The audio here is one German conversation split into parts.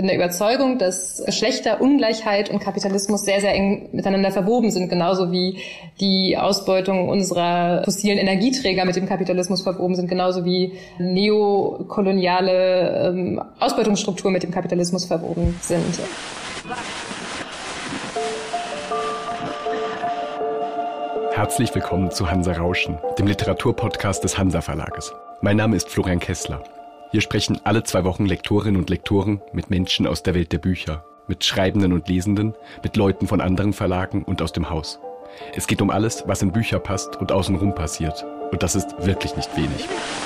bin der Überzeugung, dass Geschlechterungleichheit und Kapitalismus sehr, sehr eng miteinander verwoben sind, genauso wie die Ausbeutung unserer fossilen Energieträger mit dem Kapitalismus verwoben sind, genauso wie neokoloniale Ausbeutungsstrukturen mit dem Kapitalismus verwoben sind. Herzlich willkommen zu Hansa Rauschen, dem Literaturpodcast des Hansa Verlages. Mein Name ist Florian Kessler. Hier sprechen alle 2 Wochen Lektorinnen und Lektoren mit Menschen aus der Welt der Bücher, mit Schreibenden und Lesenden, mit Leuten von anderen Verlagen und aus dem Haus. Es geht um alles, was in Bücher passt und außenrum passiert. Und das ist wirklich nicht wenig.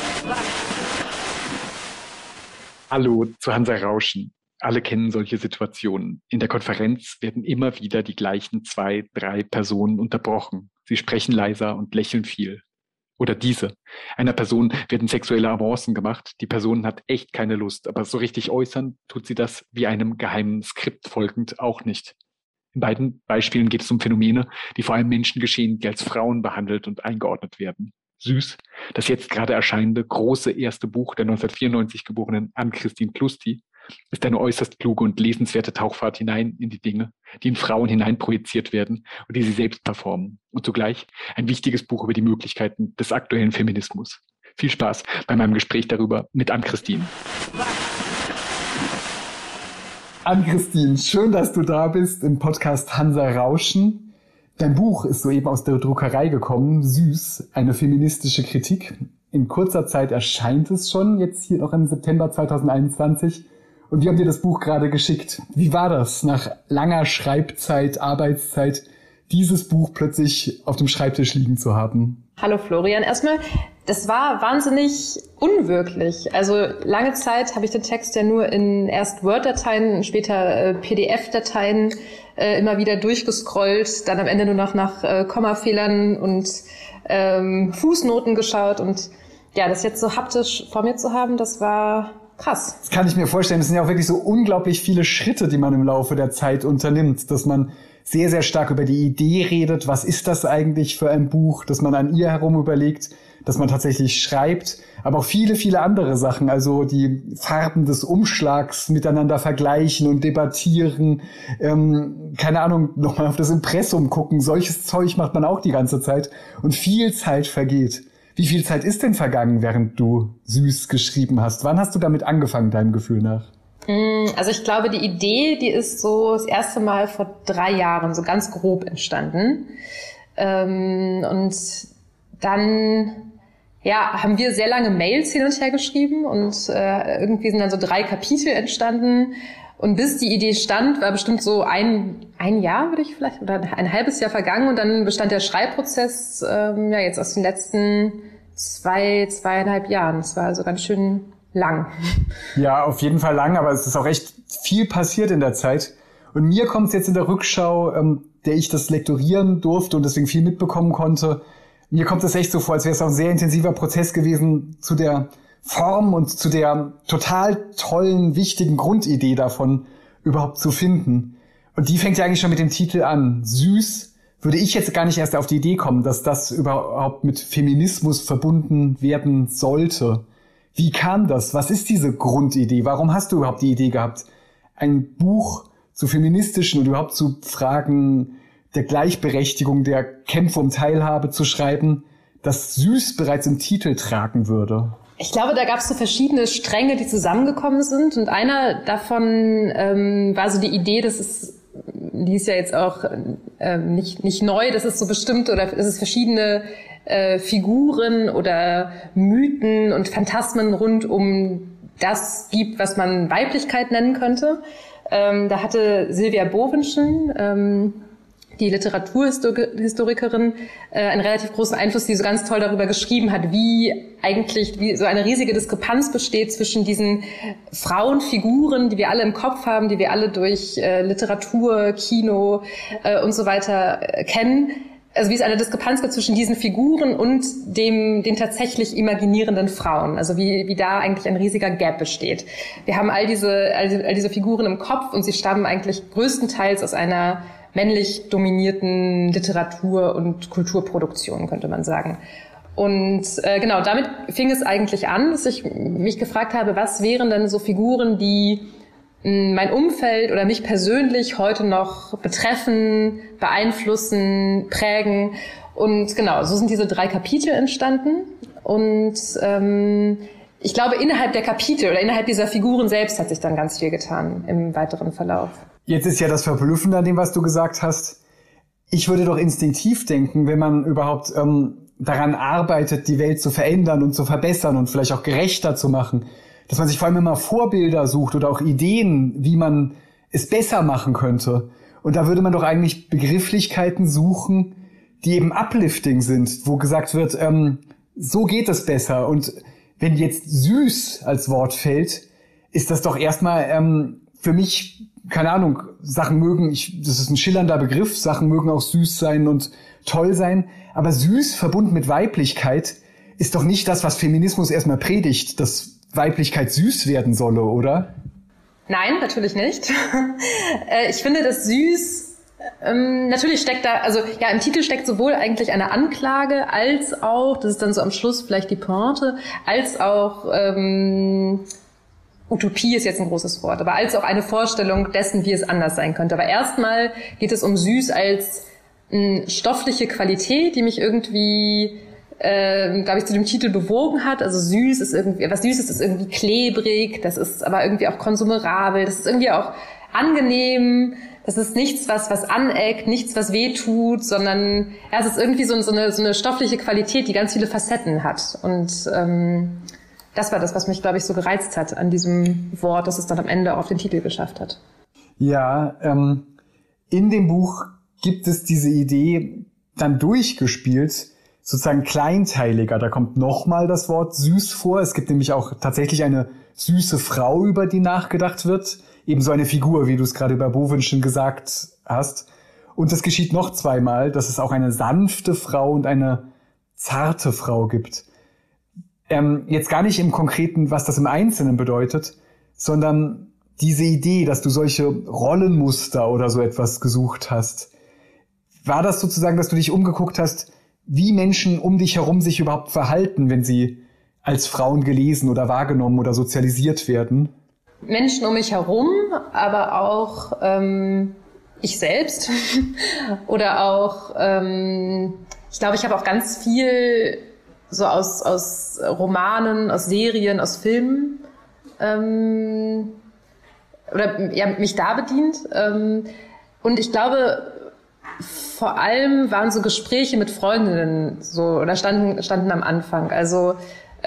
Hallo zu Hansa Rauschen. Alle kennen solche Situationen. In der Konferenz werden immer wieder die gleichen 2, 3 Personen unterbrochen. Sie sprechen leiser und lächeln viel. Oder diese. Einer Person werden sexuelle Avancen gemacht. Die Person hat echt keine Lust, aber so richtig äußern tut sie das wie einem geheimen Skript folgend auch nicht. In beiden Beispielen geht es um Phänomene, die vor allem Menschen geschehen, die als Frauen behandelt und eingeordnet werden. Süß, das jetzt gerade erscheinende große erste Buch der 1994 geborenen Ann-Kristin Clusty, ist eine äußerst kluge und lesenswerte Tauchfahrt hinein in die Dinge, die in Frauen hineinprojiziert werden und die sie selbst performen. Und zugleich ein wichtiges Buch über die Möglichkeiten des aktuellen Feminismus. Viel Spaß bei meinem Gespräch darüber mit Ann-Kristin. Ann-Kristin, schön, dass du da bist im Podcast Hansa Rauschen. Dein Buch ist soeben aus der Druckerei gekommen, Süß, eine feministische Kritik. In kurzer Zeit erscheint es schon, jetzt hier noch im September 2021. Und wir haben dir das Buch gerade geschickt. Wie war das, nach langer Schreibzeit, Arbeitszeit, dieses Buch plötzlich auf dem Schreibtisch liegen zu haben? Hallo Florian. Erstmal, das war wahnsinnig unwirklich. Also lange Zeit habe ich den Text ja nur in erst Word-Dateien, später PDF-Dateien immer wieder durchgescrollt, dann am Ende nur noch nach Kommafehlern und Fußnoten geschaut. Und ja, das jetzt so haptisch vor mir zu haben, das war krass. Das kann ich mir vorstellen. Es sind ja auch wirklich so unglaublich viele Schritte, die man im Laufe der Zeit unternimmt, dass man sehr, sehr stark über die Idee redet. Was ist das eigentlich für ein Buch, dass man an ihr herum überlegt, dass man tatsächlich schreibt, aber auch viele, viele andere Sachen, also die Farben des Umschlags miteinander vergleichen und debattieren, keine Ahnung, nochmal auf das Impressum gucken, solches Zeug macht man auch die ganze Zeit und viel Zeit vergeht. Wie viel Zeit ist denn vergangen, während du Süß geschrieben hast? Wann hast du damit angefangen, deinem Gefühl nach? Also ich glaube, die Idee, die ist so das erste Mal vor 3 Jahren so ganz grob entstanden. Und dann haben wir sehr lange Mails hin und her geschrieben und irgendwie sind dann so 3 Kapitel entstanden. Und bis die Idee stand, war bestimmt so ein Jahr, würde ich vielleicht, oder ein halbes Jahr vergangen. Und dann bestand der Schreibprozess jetzt aus den letzten 2,5 Jahren. Das war also ganz schön lang. Ja, auf jeden Fall lang, aber es ist auch echt viel passiert in der Zeit. Und mir kommt es jetzt in der Rückschau, der ich das lektorieren durfte und deswegen viel mitbekommen konnte, mir kommt es echt so vor, als wäre es auch ein sehr intensiver Prozess gewesen zu der Form und zu der total tollen, wichtigen Grundidee davon überhaupt zu finden. Und die fängt ja eigentlich schon mit dem Titel an. Süß, würde ich jetzt gar nicht erst auf die Idee kommen, dass das überhaupt mit Feminismus verbunden werden sollte. Wie kam das? Was ist diese Grundidee? Warum hast du überhaupt die Idee gehabt, ein Buch zu feministischen und überhaupt zu Fragen der Gleichberechtigung, der Kämpfe um Teilhabe zu schreiben, das Süß bereits im Titel tragen würde? Ich glaube, da gab es so verschiedene Stränge, die zusammengekommen sind. Und einer davon war so die Idee, die ist ja jetzt auch nicht neu, dass es so bestimmt oder dass es verschiedene Figuren oder Mythen und Phantasmen rund um das gibt, was man Weiblichkeit nennen könnte. Da hatte Silvia Bovenschen, die Literaturhistorikerin, einen relativ großen Einfluss, die so ganz toll darüber geschrieben hat, wie so eine riesige Diskrepanz besteht zwischen diesen Frauenfiguren, die wir alle im Kopf haben, die wir alle durch Literatur, Kino und so weiter kennen. Also wie es eine Diskrepanz gibt zwischen diesen Figuren und den tatsächlich imaginierenden Frauen. Also wie da eigentlich ein riesiger Gap besteht. Wir haben all diese Figuren im Kopf und sie stammen eigentlich größtenteils aus einer männlich dominierten Literatur- und Kulturproduktion, könnte man sagen. Und genau, damit fing es eigentlich an, dass ich mich gefragt habe, was wären denn so Figuren, die mein Umfeld oder mich persönlich heute noch betreffen, beeinflussen, prägen. Und genau, so sind diese 3 Kapitel entstanden. Und ich glaube, innerhalb der Kapitel oder innerhalb dieser Figuren selbst hat sich dann ganz viel getan im weiteren Verlauf. Jetzt ist ja das Verblüffende an dem, was du gesagt hast. Ich würde doch instinktiv denken, wenn man überhaupt daran arbeitet, die Welt zu verändern und zu verbessern und vielleicht auch gerechter zu machen, dass man sich vor allem immer Vorbilder sucht oder auch Ideen, wie man es besser machen könnte. Und da würde man doch eigentlich Begrifflichkeiten suchen, die eben uplifting sind, wo gesagt wird, so geht es besser. Und wenn jetzt süß als Wort fällt, ist das doch erstmal für mich, keine Ahnung, Sachen mögen, das ist ein schillernder Begriff, Sachen mögen auch süß sein und toll sein, aber süß verbunden mit Weiblichkeit ist doch nicht das, was Feminismus erstmal predigt, dass Weiblichkeit süß werden solle, oder? Nein, natürlich nicht. Ich finde, dass süß, natürlich steckt da, also ja, im Titel steckt sowohl eigentlich eine Anklage, als auch, das ist dann so am Schluss vielleicht die Pointe, als auch, Utopie ist jetzt ein großes Wort, aber als auch eine Vorstellung dessen, wie es anders sein könnte. Aber erstmal geht es um süß als stoffliche Qualität, die mich irgendwie glaube ich, zu dem Titel bewogen hat. Also süß ist irgendwie, was Süßes ist irgendwie klebrig, das ist aber irgendwie auch konsumerabel, das ist irgendwie auch angenehm, das ist nichts, was aneckt, nichts, was wehtut, sondern ja, es ist irgendwie so eine stoffliche Qualität, die ganz viele Facetten hat. Und das war das, was mich, glaube ich, so gereizt hat an diesem Wort, dass es dann am Ende auf den Titel geschafft hat. Ja, in dem Buch gibt es diese Idee dann durchgespielt, sozusagen kleinteiliger. Da kommt nochmal das Wort süß vor. Es gibt nämlich auch tatsächlich eine süße Frau, über die nachgedacht wird. Ebenso eine Figur, wie du es gerade über Bovenschen gesagt hast. Und es geschieht noch 2-mal, dass es auch eine sanfte Frau und eine zarte Frau gibt. Jetzt gar nicht im Konkreten, was das im Einzelnen bedeutet, sondern diese Idee, dass du solche Rollenmuster oder so etwas gesucht hast. War das sozusagen, dass du dich umgeguckt hast, wie Menschen um dich herum sich überhaupt verhalten, wenn sie als Frauen gelesen oder wahrgenommen oder sozialisiert werden? Menschen um mich herum, aber auch ich selbst. Oder auch, ich glaube, ich habe auch ganz viel so aus Romanen, aus Serien, aus Filmen oder ja, mich da bedient. Und ich glaube, vor allem waren so Gespräche mit Freundinnen so oder standen am Anfang. Also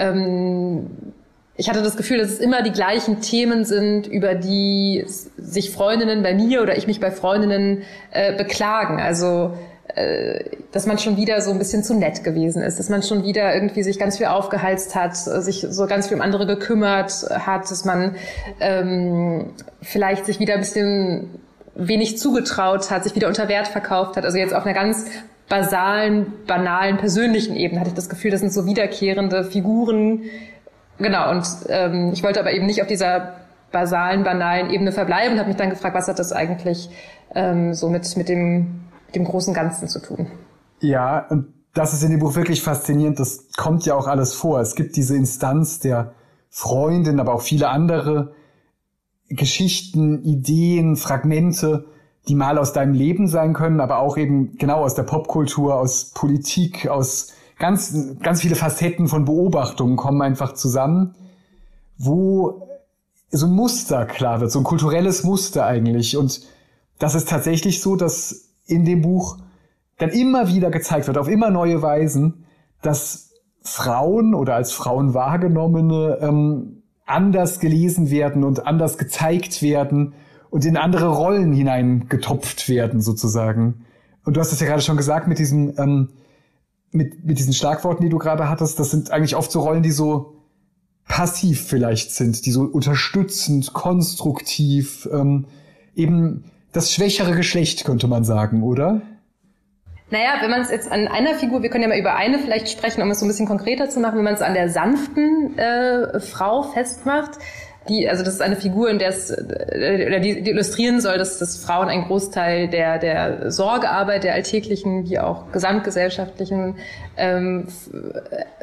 ich hatte das Gefühl, dass es immer die gleichen Themen sind, über die sich Freundinnen bei mir oder ich mich bei Freundinnen beklagen. Also dass man schon wieder so ein bisschen zu nett gewesen ist, dass man schon wieder irgendwie sich ganz viel aufgeheizt hat, sich so ganz viel um andere gekümmert hat, dass man vielleicht sich wieder ein bisschen wenig zugetraut hat, sich wieder unter Wert verkauft hat. Also jetzt auf einer ganz basalen, banalen, persönlichen Ebene hatte ich das Gefühl, das sind so wiederkehrende Figuren. Genau, und ich wollte aber eben nicht auf dieser basalen, banalen Ebene verbleiben und habe mich dann gefragt, was hat das eigentlich so mit dem großen Ganzen zu tun. Ja, und das ist in dem Buch wirklich faszinierend. Das kommt ja auch alles vor. Es gibt diese Instanz der Freundin, aber auch viele andere Geschichten, Ideen, Fragmente, die mal aus deinem Leben sein können, aber auch eben genau aus der Popkultur, aus Politik, aus ganz viele Facetten von Beobachtungen kommen einfach zusammen, wo so ein Muster klar wird, so ein kulturelles Muster eigentlich. Und das ist tatsächlich so, dass in dem Buch dann immer wieder gezeigt wird, auf immer neue Weisen, dass Frauen oder als Frauen wahrgenommene anders gelesen werden und anders gezeigt werden und in andere Rollen hineingetopft werden sozusagen. Und du hast es ja gerade schon gesagt mit diesen mit diesen Schlagworten, die du gerade hattest, das sind eigentlich oft so Rollen, die so passiv vielleicht sind, die so unterstützend, konstruktiv, eben das schwächere Geschlecht, könnte man sagen, oder? Naja, wenn man es jetzt an einer Figur, wir können ja mal über eine vielleicht sprechen, um es so ein bisschen konkreter zu machen, wenn man es an der sanften Frau festmacht, also das ist eine Figur, in der es, oder die illustrieren soll, dass Frauen einen Großteil der Sorgearbeit, der alltäglichen, wie auch gesamtgesellschaftlichen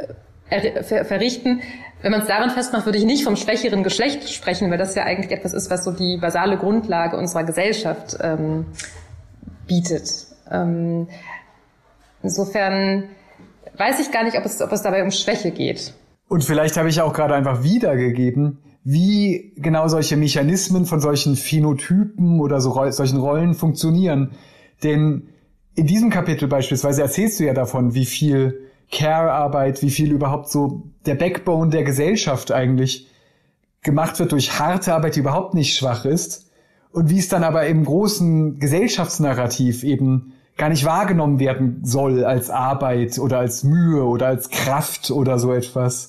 verrichten. Wenn man es daran festmacht, würde ich nicht vom schwächeren Geschlecht sprechen, weil das ja eigentlich etwas ist, was so die basale Grundlage unserer Gesellschaft bietet. Insofern weiß ich gar nicht, ob es dabei um Schwäche geht. Und vielleicht habe ich auch gerade einfach wiedergegeben, wie genau solche Mechanismen von solchen Phänotypen oder solchen Rollen funktionieren. Denn in diesem Kapitel beispielsweise erzählst du ja davon, wie viel Care-Arbeit, wie viel überhaupt so der Backbone der Gesellschaft eigentlich gemacht wird durch harte Arbeit, die überhaupt nicht schwach ist. Und wie es dann aber im großen Gesellschaftsnarrativ eben gar nicht wahrgenommen werden soll als Arbeit oder als Mühe oder als Kraft oder so etwas.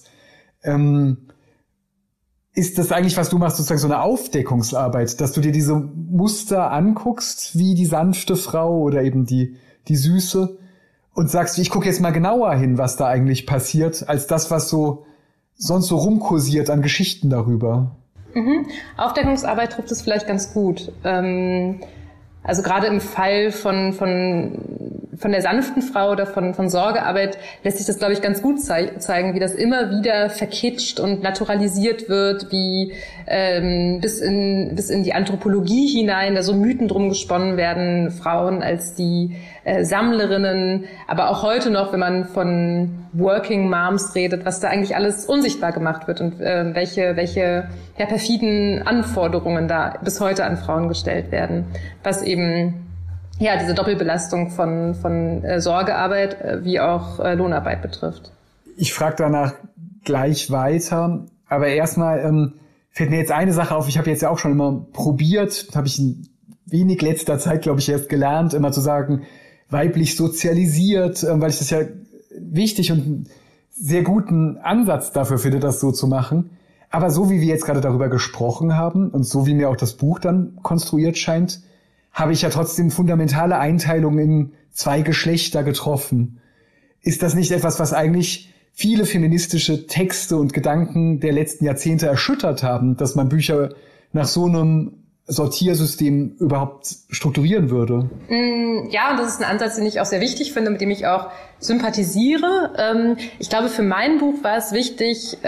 Ist das eigentlich, was du machst, sozusagen so eine Aufdeckungsarbeit, dass du dir diese Muster anguckst, wie die sanfte Frau oder eben die Süße, und sagst, ich gucke jetzt mal genauer hin, was da eigentlich passiert, als das, was so sonst so rumkursiert an Geschichten darüber? Aufdeckungsarbeit trifft es vielleicht ganz gut. Also gerade im Fall von der sanften Frau oder von Sorgearbeit lässt sich das, glaube ich, ganz gut zeigen, wie das immer wieder verkitscht und naturalisiert wird, wie bis in die Anthropologie hinein, da so Mythen drum gesponnen werden, Frauen als die Sammlerinnen, aber auch heute noch, wenn man von Working Moms redet, was da eigentlich alles unsichtbar gemacht wird und welche perfiden Anforderungen da bis heute an Frauen gestellt werden, was eben diese Doppelbelastung von Sorgearbeit wie auch Lohnarbeit betrifft. Ich frage danach gleich weiter, aber erstmal fällt mir jetzt eine Sache auf. Ich habe jetzt ja auch schon immer probiert, habe ich in wenig letzter Zeit, glaube ich, erst gelernt, immer zu sagen, weiblich sozialisiert, weil ich das ja wichtig und einen sehr guten Ansatz dafür finde, das so zu machen. Aber so wie wir jetzt gerade darüber gesprochen haben und so wie mir auch das Buch dann konstruiert scheint, habe ich ja trotzdem fundamentale Einteilungen in 2 Geschlechter getroffen. Ist das nicht etwas, was eigentlich viele feministische Texte und Gedanken der letzten Jahrzehnte erschüttert haben, dass man Bücher nach so einem Sortiersystem überhaupt strukturieren würde? Ja, und das ist ein Ansatz, den ich auch sehr wichtig finde, mit dem ich auch sympathisiere. Ich glaube, für mein Buch war es wichtig,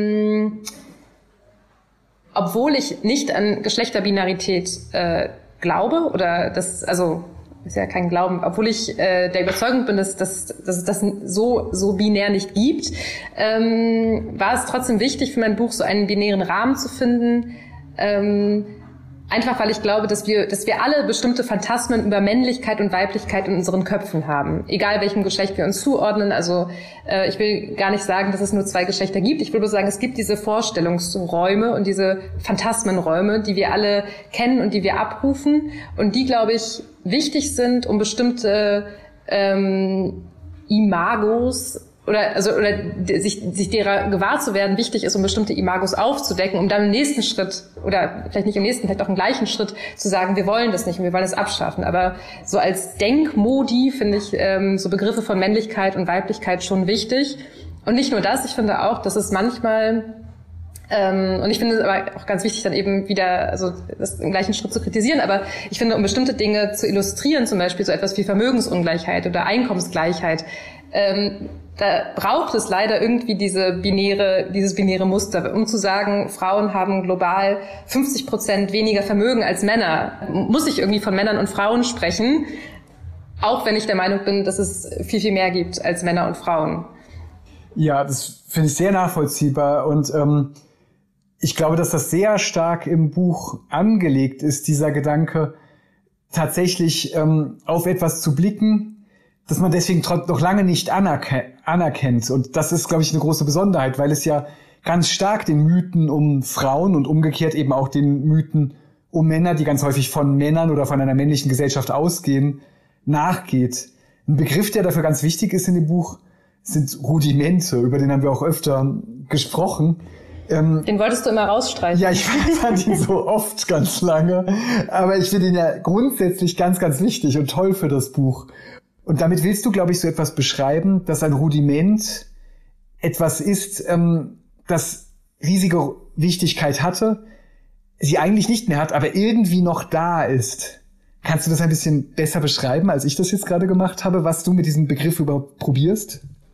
obwohl ich nicht an Geschlechterbinarität glaube, oder das, also ist ja kein Glauben, obwohl ich der Überzeugung bin, dass es das so binär nicht gibt, war es trotzdem wichtig für mein Buch, so einen binären Rahmen zu finden. Einfach weil ich glaube, dass wir alle bestimmte Phantasmen über Männlichkeit und Weiblichkeit in unseren Köpfen haben. Egal welchem Geschlecht wir uns zuordnen. Also ich will gar nicht sagen, dass es nur 2 Geschlechter gibt. Ich will nur sagen, es gibt diese Vorstellungsräume und diese Phantasmenräume, die wir alle kennen und die wir abrufen. Und die, glaube ich, wichtig sind, um bestimmte Imagos oder sich derer gewahr zu werden, wichtig ist, um bestimmte Imagos aufzudecken, um dann im nächsten Schritt, oder vielleicht nicht im nächsten, vielleicht auch im gleichen Schritt, zu sagen, wir wollen das nicht und wir wollen es abschaffen. Aber so als Denkmodi finde ich so Begriffe von Männlichkeit und Weiblichkeit schon wichtig. Und nicht nur das, ich finde auch, dass es manchmal, und ich finde es aber auch ganz wichtig, dann eben wieder also das im gleichen Schritt zu kritisieren, aber ich finde, um bestimmte Dinge zu illustrieren, zum Beispiel so etwas wie Vermögensungleichheit oder Einkommensgleichheit, da braucht es leider irgendwie dieses binäre Muster, um zu sagen, Frauen haben global 50% weniger Vermögen als Männer. Muss ich irgendwie von Männern und Frauen sprechen, auch wenn ich der Meinung bin, dass es viel, viel mehr gibt als Männer und Frauen. Ja, das finde ich sehr nachvollziehbar und ich glaube, dass das sehr stark im Buch angelegt ist, dieser Gedanke, tatsächlich auf etwas zu blicken, dass man deswegen noch lange nicht anerkennt. Und das ist, glaube ich, eine große Besonderheit, weil es ja ganz stark den Mythen um Frauen und umgekehrt eben auch den Mythen um Männer, die ganz häufig von Männern oder von einer männlichen Gesellschaft ausgehen, nachgeht. Ein Begriff, der dafür ganz wichtig ist in dem Buch, sind Rudimente, über den haben wir auch öfter gesprochen. Den wolltest du immer rausstreichen. Ja, ich fand ihn so oft ganz lange, aber ich finde ihn ja grundsätzlich ganz, ganz wichtig und toll für das Buch. Und damit willst du, glaube ich, so etwas beschreiben, dass ein Rudiment etwas ist, das riesige Wichtigkeit hatte, sie eigentlich nicht mehr hat, aber irgendwie noch da ist. Kannst du das ein bisschen besser beschreiben, als ich das jetzt gerade gemacht habe, was du mit diesem Begriff überhaupt probierst?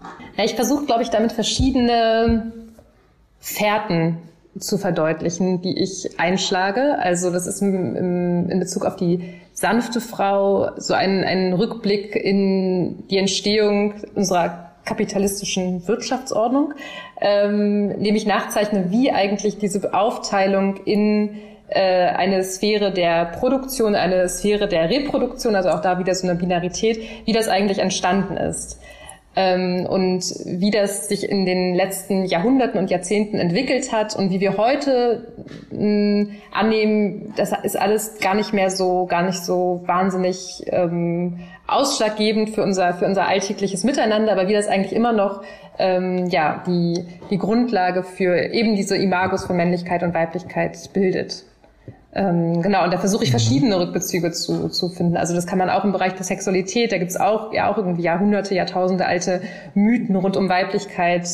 Ja, ich versuche, glaube ich, damit verschiedene Fährten zu verdeutlichen, die ich einschlage. Also das ist in Bezug auf die sanfte Frau so ein Rückblick in die Entstehung unserer kapitalistischen Wirtschaftsordnung, indem ich nachzeichne, wie eigentlich diese Aufteilung in eine Sphäre der Produktion, eine Sphäre der Reproduktion, also auch da wieder so eine Binarität, wie das eigentlich entstanden ist. Und wie das sich in den letzten Jahrhunderten und Jahrzehnten entwickelt hat und wie wir heute annehmen, das ist alles gar nicht so wahnsinnig ausschlaggebend für unser alltägliches Miteinander, aber wie das eigentlich immer noch die Grundlage für eben diese Imagos von Männlichkeit und Weiblichkeit bildet. Genau, und da versuche ich verschiedene Rückbezüge zu finden. Also das kann man auch im Bereich der Sexualität, da gibt's auch irgendwie Jahrhunderte, Jahrtausende alte Mythen rund um Weiblichkeit,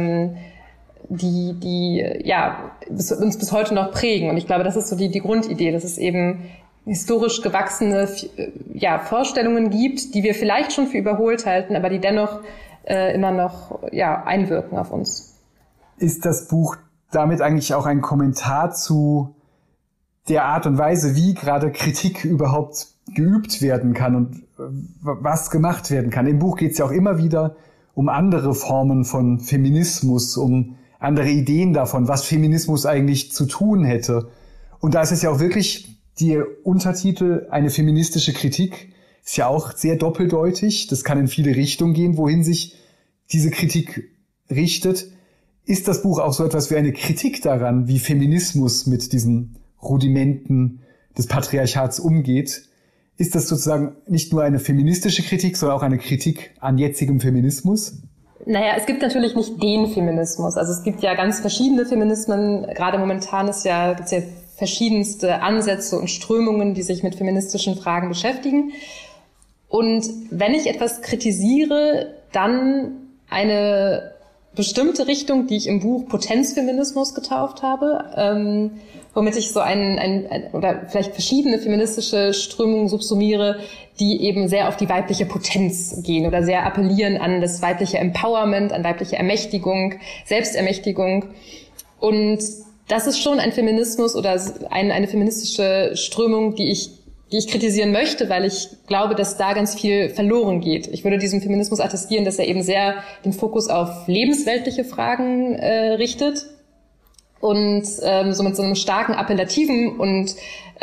die uns bis heute noch prägen. Und ich glaube, das ist so die Grundidee, dass es eben historisch gewachsene Vorstellungen gibt, die wir vielleicht schon für überholt halten, aber die dennoch immer noch einwirken auf uns. Ist das Buch damit eigentlich auch ein Kommentar zu der Art und Weise, wie gerade Kritik überhaupt geübt werden kann und was gemacht werden kann? Im Buch geht es ja auch immer wieder um andere Formen von Feminismus, um andere Ideen davon, was Feminismus eigentlich zu tun hätte. Und da ist es ja auch wirklich die Untertitel eine feministische Kritik, ist ja auch sehr doppeldeutig. Das kann in viele Richtungen gehen, wohin sich diese Kritik richtet. Ist das Buch auch so etwas wie eine Kritik daran, wie Feminismus mit diesen Rudimenten des Patriarchats umgeht? Ist das sozusagen nicht nur eine feministische Kritik, sondern auch eine Kritik an jetzigem Feminismus? Naja, es gibt natürlich nicht den Feminismus. Also es gibt ja ganz verschiedene Feminismen. Gerade momentan gibt's ja verschiedenste Ansätze und Strömungen, die sich mit feministischen Fragen beschäftigen. Und wenn ich etwas kritisiere, dann eine bestimmte Richtung, die ich im Buch Potenzfeminismus getauft habe, womit ich so oder vielleicht verschiedene feministische Strömungen subsumiere, die eben sehr auf die weibliche Potenz gehen oder sehr appellieren an das weibliche Empowerment, an weibliche Ermächtigung, Selbstermächtigung. Und das ist schon ein Feminismus oder eine feministische Strömung, die ich kritisieren möchte, weil ich glaube, dass da ganz viel verloren geht. Ich würde diesem Feminismus attestieren, dass er eben sehr den Fokus auf lebensweltliche Fragen richtet und so mit so einem starken appellativen und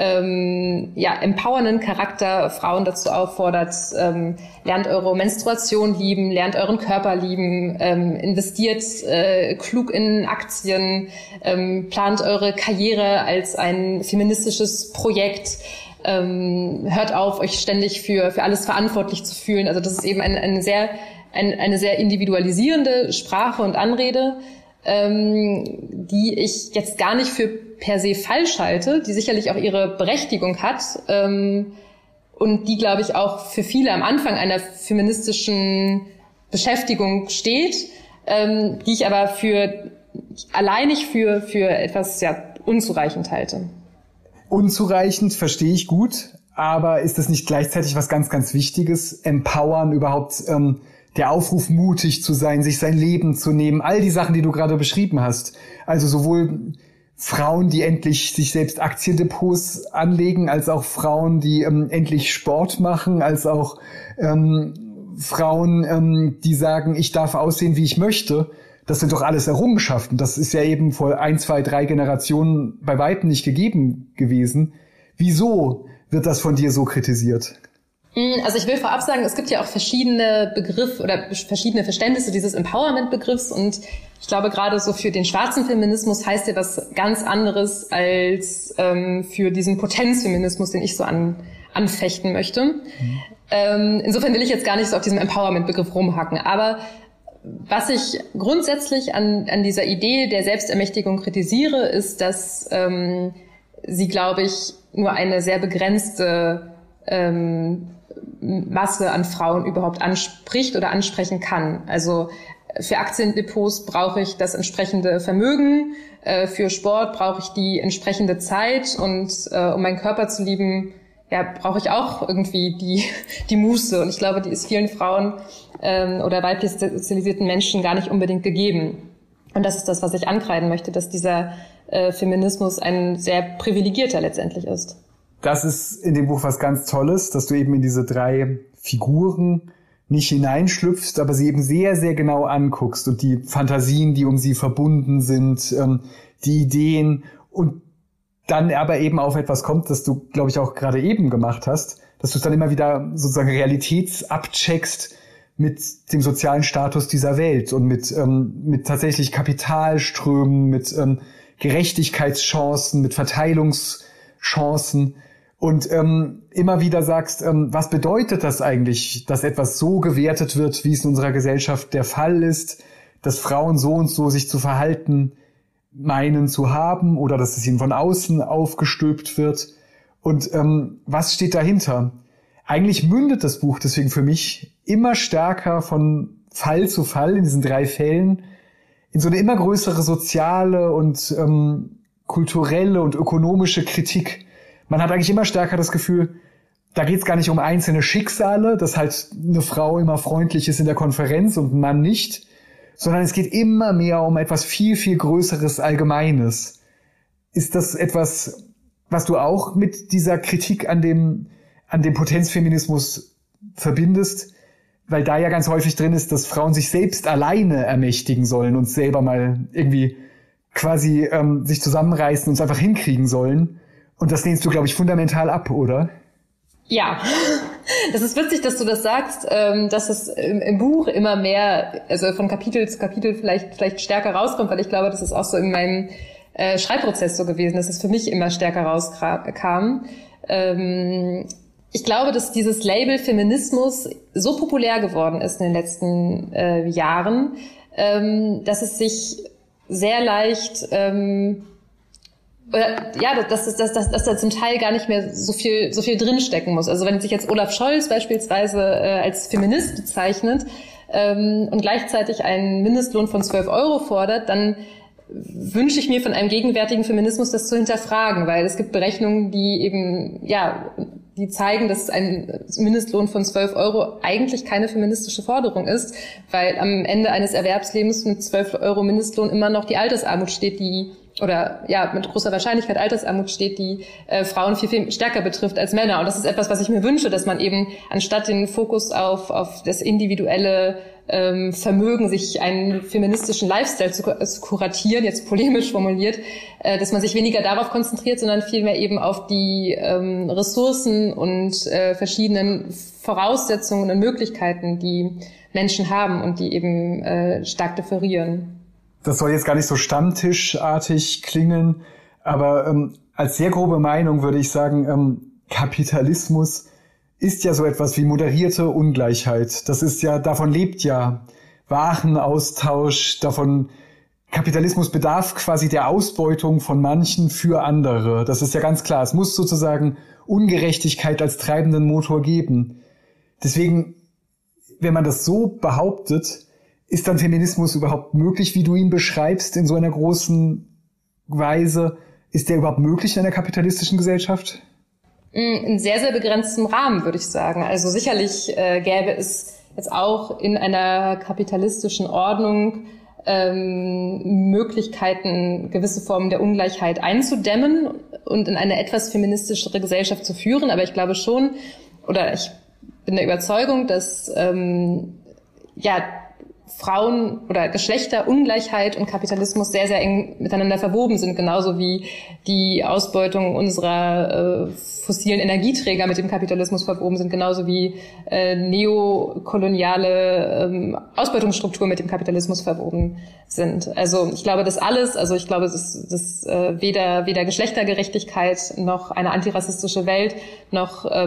empowernden Charakter Frauen dazu auffordert, lernt eure Menstruation lieben, lernt euren Körper lieben, investiert klug in Aktien, plant eure Karriere als ein feministisches Projekt, hört auf, euch ständig für alles verantwortlich zu fühlen. Also das ist eben eine sehr individualisierende Sprache und Anrede, die ich jetzt gar nicht für per se falsch halte, die sicherlich auch ihre Berechtigung hat und die, glaube ich, auch für viele am Anfang einer feministischen Beschäftigung steht, die ich aber alleinig für etwas unzureichend halte. Unzureichend verstehe ich gut, aber ist das nicht gleichzeitig was ganz, ganz Wichtiges? Empowern überhaupt, der Aufruf, mutig zu sein, sich sein Leben zu nehmen, all die Sachen, die du gerade beschrieben hast. Also sowohl Frauen, die endlich sich selbst Aktiendepots anlegen, als auch Frauen, die endlich Sport machen, als auch Frauen, die sagen, ich darf aussehen, wie ich möchte. Das sind doch alles Errungenschaften. Das ist ja eben vor 1, 2, 3 Generationen bei weitem nicht gegeben gewesen. Wieso wird das von dir so kritisiert? Also ich will vorab sagen, es gibt ja auch verschiedene Begriffe oder verschiedene Verständnisse dieses Empowerment-Begriffs und ich glaube gerade so für den schwarzen Feminismus heißt ja was ganz anderes als für diesen Potenzfeminismus, den ich so anfechten möchte. Insofern will ich jetzt gar nicht so auf diesem Empowerment-Begriff rumhacken, aber was ich grundsätzlich an dieser Idee der Selbstermächtigung kritisiere, ist, dass sie, glaube ich, nur eine sehr begrenzte Masse an Frauen überhaupt anspricht oder ansprechen kann. Also für Aktiendepots brauche ich das entsprechende Vermögen, für Sport brauche ich die entsprechende Zeit und um meinen Körper zu lieben, brauche ich auch irgendwie die Muße. Und ich glaube, die ist vielen Frauen oder weiblich sozialisierten Menschen gar nicht unbedingt gegeben. Und das ist das, was ich ankreiden möchte, dass dieser Feminismus ein sehr privilegierter letztendlich ist. Das ist in dem Buch was ganz Tolles, dass du eben in diese 3 Figuren nicht hineinschlüpfst, aber sie eben sehr, sehr genau anguckst und die Fantasien, die um sie verbunden sind, die Ideen und dann aber eben auf etwas kommt, das du, glaube ich, auch gerade eben gemacht hast, dass du es dann immer wieder sozusagen realitätsabcheckst mit dem sozialen Status dieser Welt und mit tatsächlich Kapitalströmen, mit Gerechtigkeitschancen, mit Verteilungschancen und immer wieder sagst, was bedeutet das eigentlich, dass etwas so gewertet wird, wie es in unserer Gesellschaft der Fall ist, dass Frauen so und so sich zu verhalten meinen zu haben oder dass es ihnen von außen aufgestülpt wird. Und was steht dahinter? Eigentlich mündet das Buch deswegen für mich immer stärker von Fall zu Fall in diesen 3 Fällen in so eine immer größere soziale und kulturelle und ökonomische Kritik. Man hat eigentlich immer stärker das Gefühl, da geht es gar nicht um einzelne Schicksale, dass halt eine Frau immer freundlich ist in der Konferenz und ein Mann nicht, sondern es geht immer mehr um etwas viel, viel Größeres, Allgemeines. Ist das etwas, was du auch mit dieser Kritik an dem Potenzfeminismus verbindest? Weil da ja ganz häufig drin ist, dass Frauen sich selbst alleine ermächtigen sollen und selber mal irgendwie quasi sich zusammenreißen und es einfach hinkriegen sollen. Und das lehnst du, glaube ich, fundamental ab, oder? Ja, das ist witzig, dass du das sagst, dass es im Buch immer mehr, also von Kapitel zu Kapitel vielleicht stärker rauskommt, weil ich glaube, das ist auch so in meinem Schreibprozess so gewesen, dass es für mich immer stärker rauskam. Ich glaube, dass dieses Label Feminismus so populär geworden ist in den letzten Jahren, dass es sich sehr leicht dass da zum Teil gar nicht mehr so viel drinstecken muss. Also wenn sich jetzt Olaf Scholz beispielsweise als Feminist bezeichnet und gleichzeitig einen Mindestlohn von 12 € fordert, dann wünsche ich mir von einem gegenwärtigen Feminismus, das zu hinterfragen, weil es gibt Berechnungen, die eben, die zeigen, dass ein Mindestlohn von 12 € eigentlich keine feministische Forderung ist, weil am Ende eines Erwerbslebens mit 12 € Mindestlohn immer noch die Altersarmut steht, mit großer Wahrscheinlichkeit Altersarmut steht, die Frauen viel, viel stärker betrifft als Männer. Und das ist etwas, was ich mir wünsche, dass man eben anstatt den Fokus auf das individuelle Vermögen, sich einen feministischen Lifestyle zu kuratieren, jetzt polemisch formuliert, dass man sich weniger darauf konzentriert, sondern vielmehr eben auf die Ressourcen und verschiedenen Voraussetzungen und Möglichkeiten, die Menschen haben und die eben stark differieren. Das soll jetzt gar nicht so stammtischartig klingen, aber als sehr grobe Meinung würde ich sagen, Kapitalismus ist ja so etwas wie moderierte Ungleichheit. Das ist ja, davon lebt ja Warenaustausch, Kapitalismus bedarf quasi der Ausbeutung von manchen für andere. Das ist ja ganz klar. Es muss sozusagen Ungerechtigkeit als treibenden Motor geben. Deswegen, wenn man das so behauptet, ist dann Feminismus überhaupt möglich, wie du ihn beschreibst, in so einer großen Weise? Ist der überhaupt möglich in einer kapitalistischen Gesellschaft? In sehr, sehr begrenztem Rahmen, würde ich sagen. Also sicherlich gäbe es jetzt auch in einer kapitalistischen Ordnung Möglichkeiten, gewisse Formen der Ungleichheit einzudämmen und in eine etwas feministischere Gesellschaft zu führen. Aber ich glaube schon, oder ich bin der Überzeugung, dass Frauen- oder Geschlechterungleichheit und Kapitalismus sehr, sehr eng miteinander verwoben sind, genauso wie die Ausbeutung unserer fossilen Energieträger mit dem Kapitalismus verwoben sind, genauso wie neokoloniale Ausbeutungsstrukturen mit dem Kapitalismus verwoben sind. Also ich glaube, dass weder Geschlechtergerechtigkeit noch eine antirassistische Welt noch das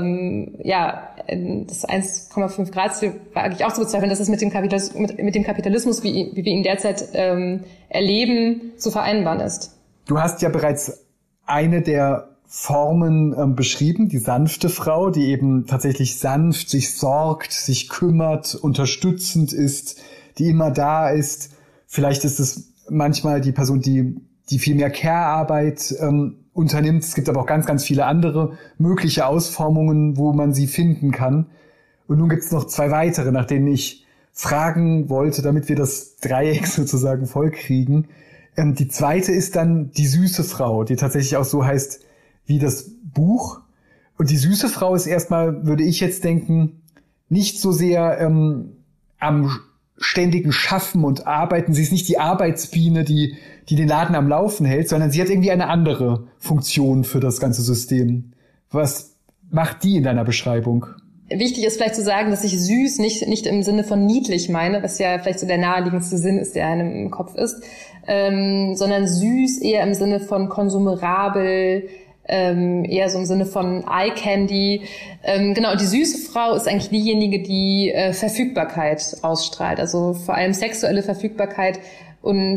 1,5 Grad Ziel war eigentlich auch zu bezweifeln, dass es mit dem Kapitalismus, wie wir ihn derzeit erleben, zu vereinbaren ist. Du hast ja bereits eine der Formen beschrieben, die sanfte Frau, die eben tatsächlich sanft sich sorgt, sich kümmert, unterstützend ist, die immer da ist. Vielleicht ist es manchmal die Person, die viel mehr Care-Arbeit unternimmt. Es gibt aber auch ganz, ganz viele andere mögliche Ausformungen, wo man sie finden kann. Und nun gibt es noch 2 weitere, nach denen ich fragen wollte, damit wir das Dreieck sozusagen vollkriegen. Die zweite ist dann die süße Frau, die tatsächlich auch so heißt wie das Buch. Und die süße Frau ist erstmal, würde ich jetzt denken, nicht so sehr am ständigen Schaffen und Arbeiten. Sie ist nicht die Arbeitsbiene, die den Laden am Laufen hält, sondern sie hat irgendwie eine andere Funktion für das ganze System. Was macht die in deiner Beschreibung? Wichtig ist vielleicht zu sagen, dass ich süß nicht im Sinne von niedlich meine, was ja vielleicht so der naheliegendste Sinn ist, der einem im Kopf ist, sondern süß eher im Sinne von konsumerabel, eher so im Sinne von Eye Candy. Genau, und die süße Frau ist eigentlich diejenige, die Verfügbarkeit ausstrahlt, also vor allem sexuelle Verfügbarkeit und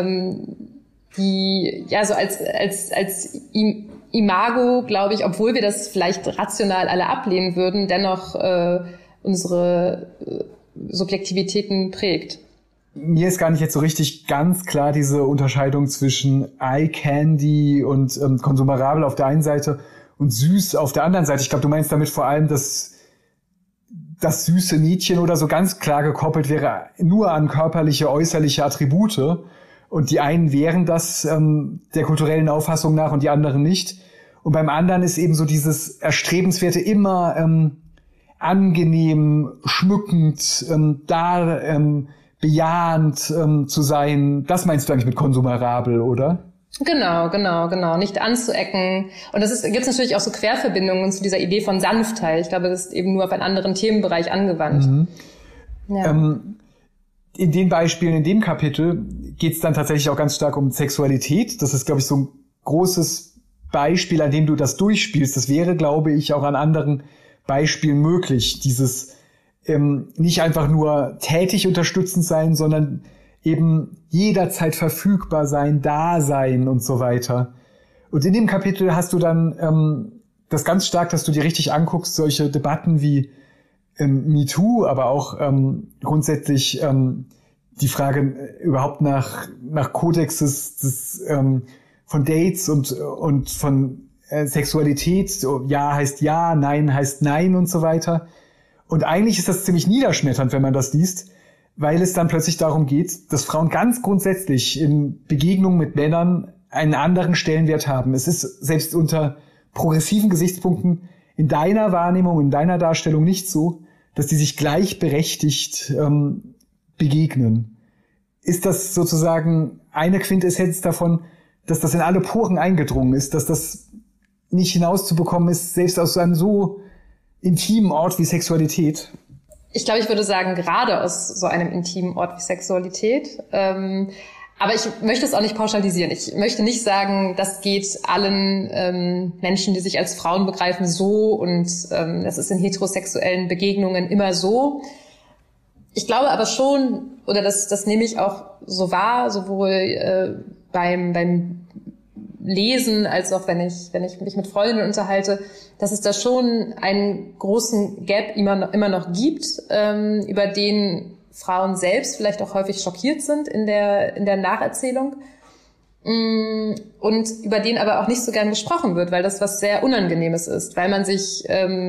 die ja so als Imago, glaube ich, obwohl wir das vielleicht rational alle ablehnen würden, dennoch unsere Subjektivitäten prägt. Mir ist gar nicht jetzt so richtig ganz klar diese Unterscheidung zwischen Eye Candy und konsumerabel auf der einen Seite und süß auf der anderen Seite. Ich glaube, du meinst damit vor allem, dass das süße Mädchen oder so ganz klar gekoppelt wäre nur an körperliche, äußerliche Attribute. Und die einen wären das der kulturellen Auffassung nach und die anderen nicht. Und beim anderen ist eben so dieses Erstrebenswerte immer angenehm, schmückend, bejahend zu sein. Das meinst du eigentlich mit konsumerabel, oder? Genau. Nicht anzuecken. Und gibt natürlich auch so Querverbindungen zu dieser Idee von Sanftheit. Ich glaube, das ist eben nur auf einen anderen Themenbereich angewandt. Mhm. Ja. In den Beispielen, in dem Kapitel geht es dann tatsächlich auch ganz stark um Sexualität. Das ist, glaube ich, so ein großes Beispiel, an dem du das durchspielst. Das wäre, glaube ich, auch an anderen Beispielen möglich. Dieses nicht einfach nur tätig unterstützend sein, sondern eben jederzeit verfügbar sein, da sein und so weiter. Und in dem Kapitel hast du dann das ganz stark, dass du dir richtig anguckst, solche Debatten wie MeToo, aber auch grundsätzlich die Frage überhaupt nach Kodexes von Dates und von Sexualität. So, ja heißt ja, nein heißt nein und so weiter. Und eigentlich ist das ziemlich niederschmetternd, wenn man das liest, weil es dann plötzlich darum geht, dass Frauen ganz grundsätzlich in Begegnungen mit Männern einen anderen Stellenwert haben. Es ist selbst unter progressiven Gesichtspunkten in deiner Wahrnehmung, in deiner Darstellung nicht so, dass die sich gleichberechtigt begegnen. Ist das sozusagen eine Quintessenz davon, dass das in alle Poren eingedrungen ist, dass das nicht hinauszubekommen ist, selbst aus so einem so intimen Ort wie Sexualität? Ich glaube, ich würde sagen, gerade aus so einem intimen Ort wie Sexualität. Aber ich möchte es auch nicht pauschalisieren. Ich möchte nicht sagen, das geht allen Menschen, die sich als Frauen begreifen, so und das ist in heterosexuellen Begegnungen immer so. Ich glaube aber schon, oder das nehme ich auch so wahr, sowohl beim Lesen als auch wenn ich mich mit Freundinnen unterhalte, dass es da schon einen großen Gap immer noch gibt, über den Frauen selbst vielleicht auch häufig schockiert sind in der Nacherzählung und über den aber auch nicht so gern gesprochen wird, weil das was sehr Unangenehmes ist, weil man sich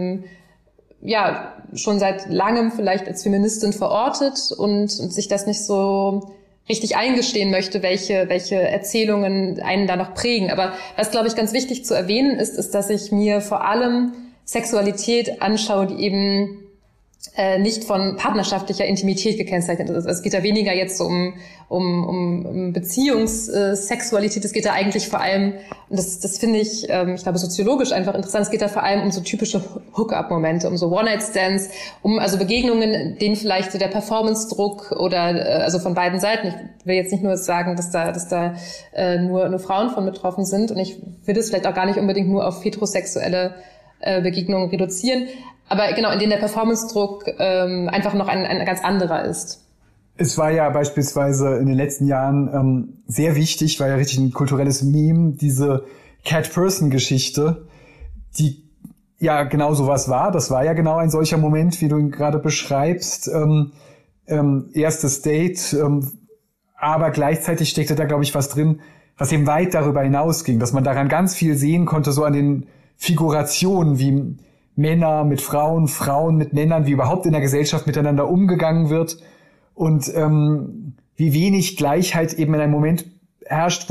schon seit langem vielleicht als Feministin verortet und sich das nicht so richtig eingestehen möchte, welche Erzählungen einen da noch prägen. Aber was, glaube ich, ganz wichtig zu erwähnen ist, dass ich mir vor allem Sexualität anschaue, die eben nicht von partnerschaftlicher Intimität gekennzeichnet ist. Es geht da weniger jetzt so um Beziehungssexualität. Es geht da eigentlich vor allem, und das finde ich glaube soziologisch einfach interessant, es geht da vor allem um so typische Hook-up-Momente, um so One-Night-Stands, um also Begegnungen, denen vielleicht so der Performance-Druck oder also von beiden Seiten. Ich will jetzt nicht nur sagen, dass da nur Frauen von betroffen sind, und ich will das vielleicht auch gar nicht unbedingt nur auf heterosexuelle Begegnungen reduzieren. Aber genau, in denen der Performance-Druck einfach noch ein ganz anderer ist. Es war ja beispielsweise in den letzten Jahren sehr wichtig, war ja richtig ein kulturelles Meme, diese Cat-Person-Geschichte, die ja genau sowas war. Das war ja genau ein solcher Moment, wie du ihn gerade beschreibst. Erstes Date, aber gleichzeitig steckte da, glaube ich, was drin, was eben weit darüber hinausging, dass man daran ganz viel sehen konnte, so an den Figurationen, wie Männer mit Frauen, Frauen mit Männern, wie überhaupt in der Gesellschaft miteinander umgegangen wird und wie wenig Gleichheit eben in einem Moment herrscht,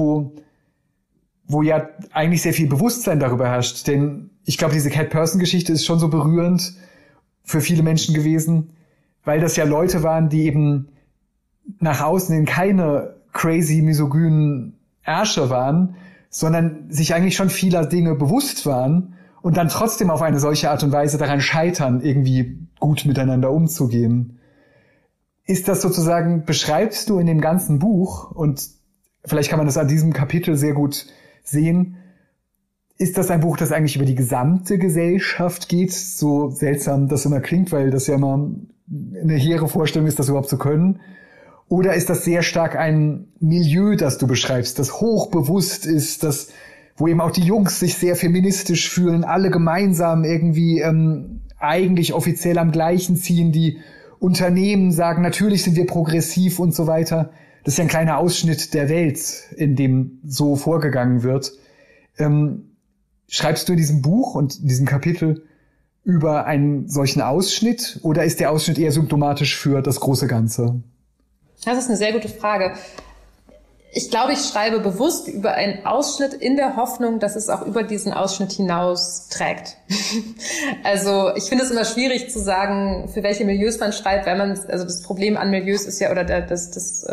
wo ja eigentlich sehr viel Bewusstsein darüber herrscht. Denn ich glaube, diese Cat-Person-Geschichte ist schon so berührend für viele Menschen gewesen, weil das ja Leute waren, die eben nach außen in keine crazy, misogynen Ärsche waren, sondern sich eigentlich schon vieler Dinge bewusst waren und dann trotzdem auf eine solche Art und Weise daran scheitern, irgendwie gut miteinander umzugehen. Ist das sozusagen, beschreibst du in dem ganzen Buch, und vielleicht kann man das an diesem Kapitel sehr gut sehen, ist das ein Buch, das eigentlich über die gesamte Gesellschaft geht? So seltsam das immer klingt, weil das ja immer eine hehre Vorstellung ist, das überhaupt zu können. Oder ist das sehr stark ein Milieu, das du beschreibst, das hochbewusst ist, das, wo eben auch die Jungs sich sehr feministisch fühlen, alle gemeinsam irgendwie eigentlich offiziell am gleichen ziehen, die Unternehmen sagen, natürlich sind wir progressiv und so weiter. Das ist ja ein kleiner Ausschnitt der Welt, in dem so vorgegangen wird. Schreibst du in diesem Buch und in diesem Kapitel über einen solchen Ausschnitt oder ist der Ausschnitt eher symptomatisch für das große Ganze? Das ist eine sehr gute Frage. Ich glaube, ich schreibe bewusst über einen Ausschnitt in der Hoffnung, dass es auch über diesen Ausschnitt hinaus trägt. Also ich finde es immer schwierig zu sagen, für welche Milieus man schreibt, weil man, also das Problem an Milieus ist ja, oder das